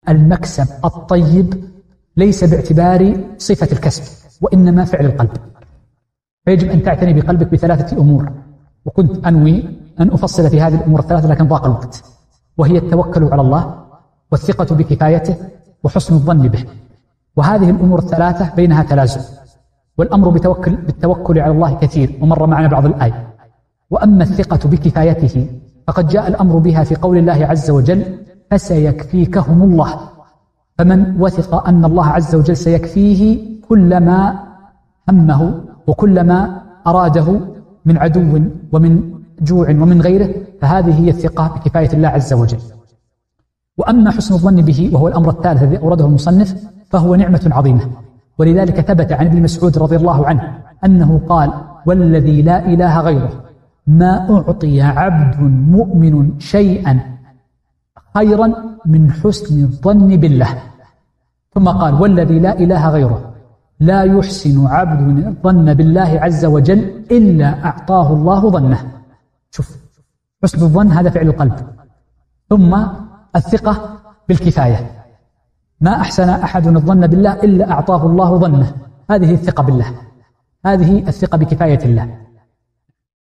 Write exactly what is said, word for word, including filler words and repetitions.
المكسب الطيب ليس باعتبار صفة الكسب وإنما فعل القلب، فيجب أن تعتني بقلبك بثلاثة أمور، وكنت أنوي أن أفصل في هذه الأمور الثلاثة لكن ضاق الوقت، وهي التوكل على الله والثقة بكفايته وحسن الظن به. وهذه الأمور الثلاثة بينها تلازم، والأمر بتوكل بالتوكل على الله كثير ومر معنا بعض الآية. وأما الثقة بكفايته فقد جاء الأمر بها في قول الله عز وجل فسيكفيكهم الله، فمن وثق أن الله عز وجل سيكفيه كل ما همه وكل ما أراده من عدو ومن جوع ومن غيره، فهذه هي الثقة بكفاية الله عز وجل. وأما حسن الظن به وهو الأمر الثالث الذي أورده المصنف فهو نعمة عظيمة، ولذلك ثبت عن ابن مسعود رضي الله عنه أنه قال والذي لا إله غيره ما أعطي عبد مؤمن شيئا خيرا من حسن الظن بالله. ثم قال والذي لا إله غيره لا يحسن عبد الظن بالله عز وجل إلا أعطاه الله ظنه. شوف، حسن الظن هذا فعل القلب، ثم الثقة بالكفاية، ما أحسن أحد الظن بالله إلا أعطاه الله ظنه، هذه الثقة بالله، هذه الثقة بكفاية الله.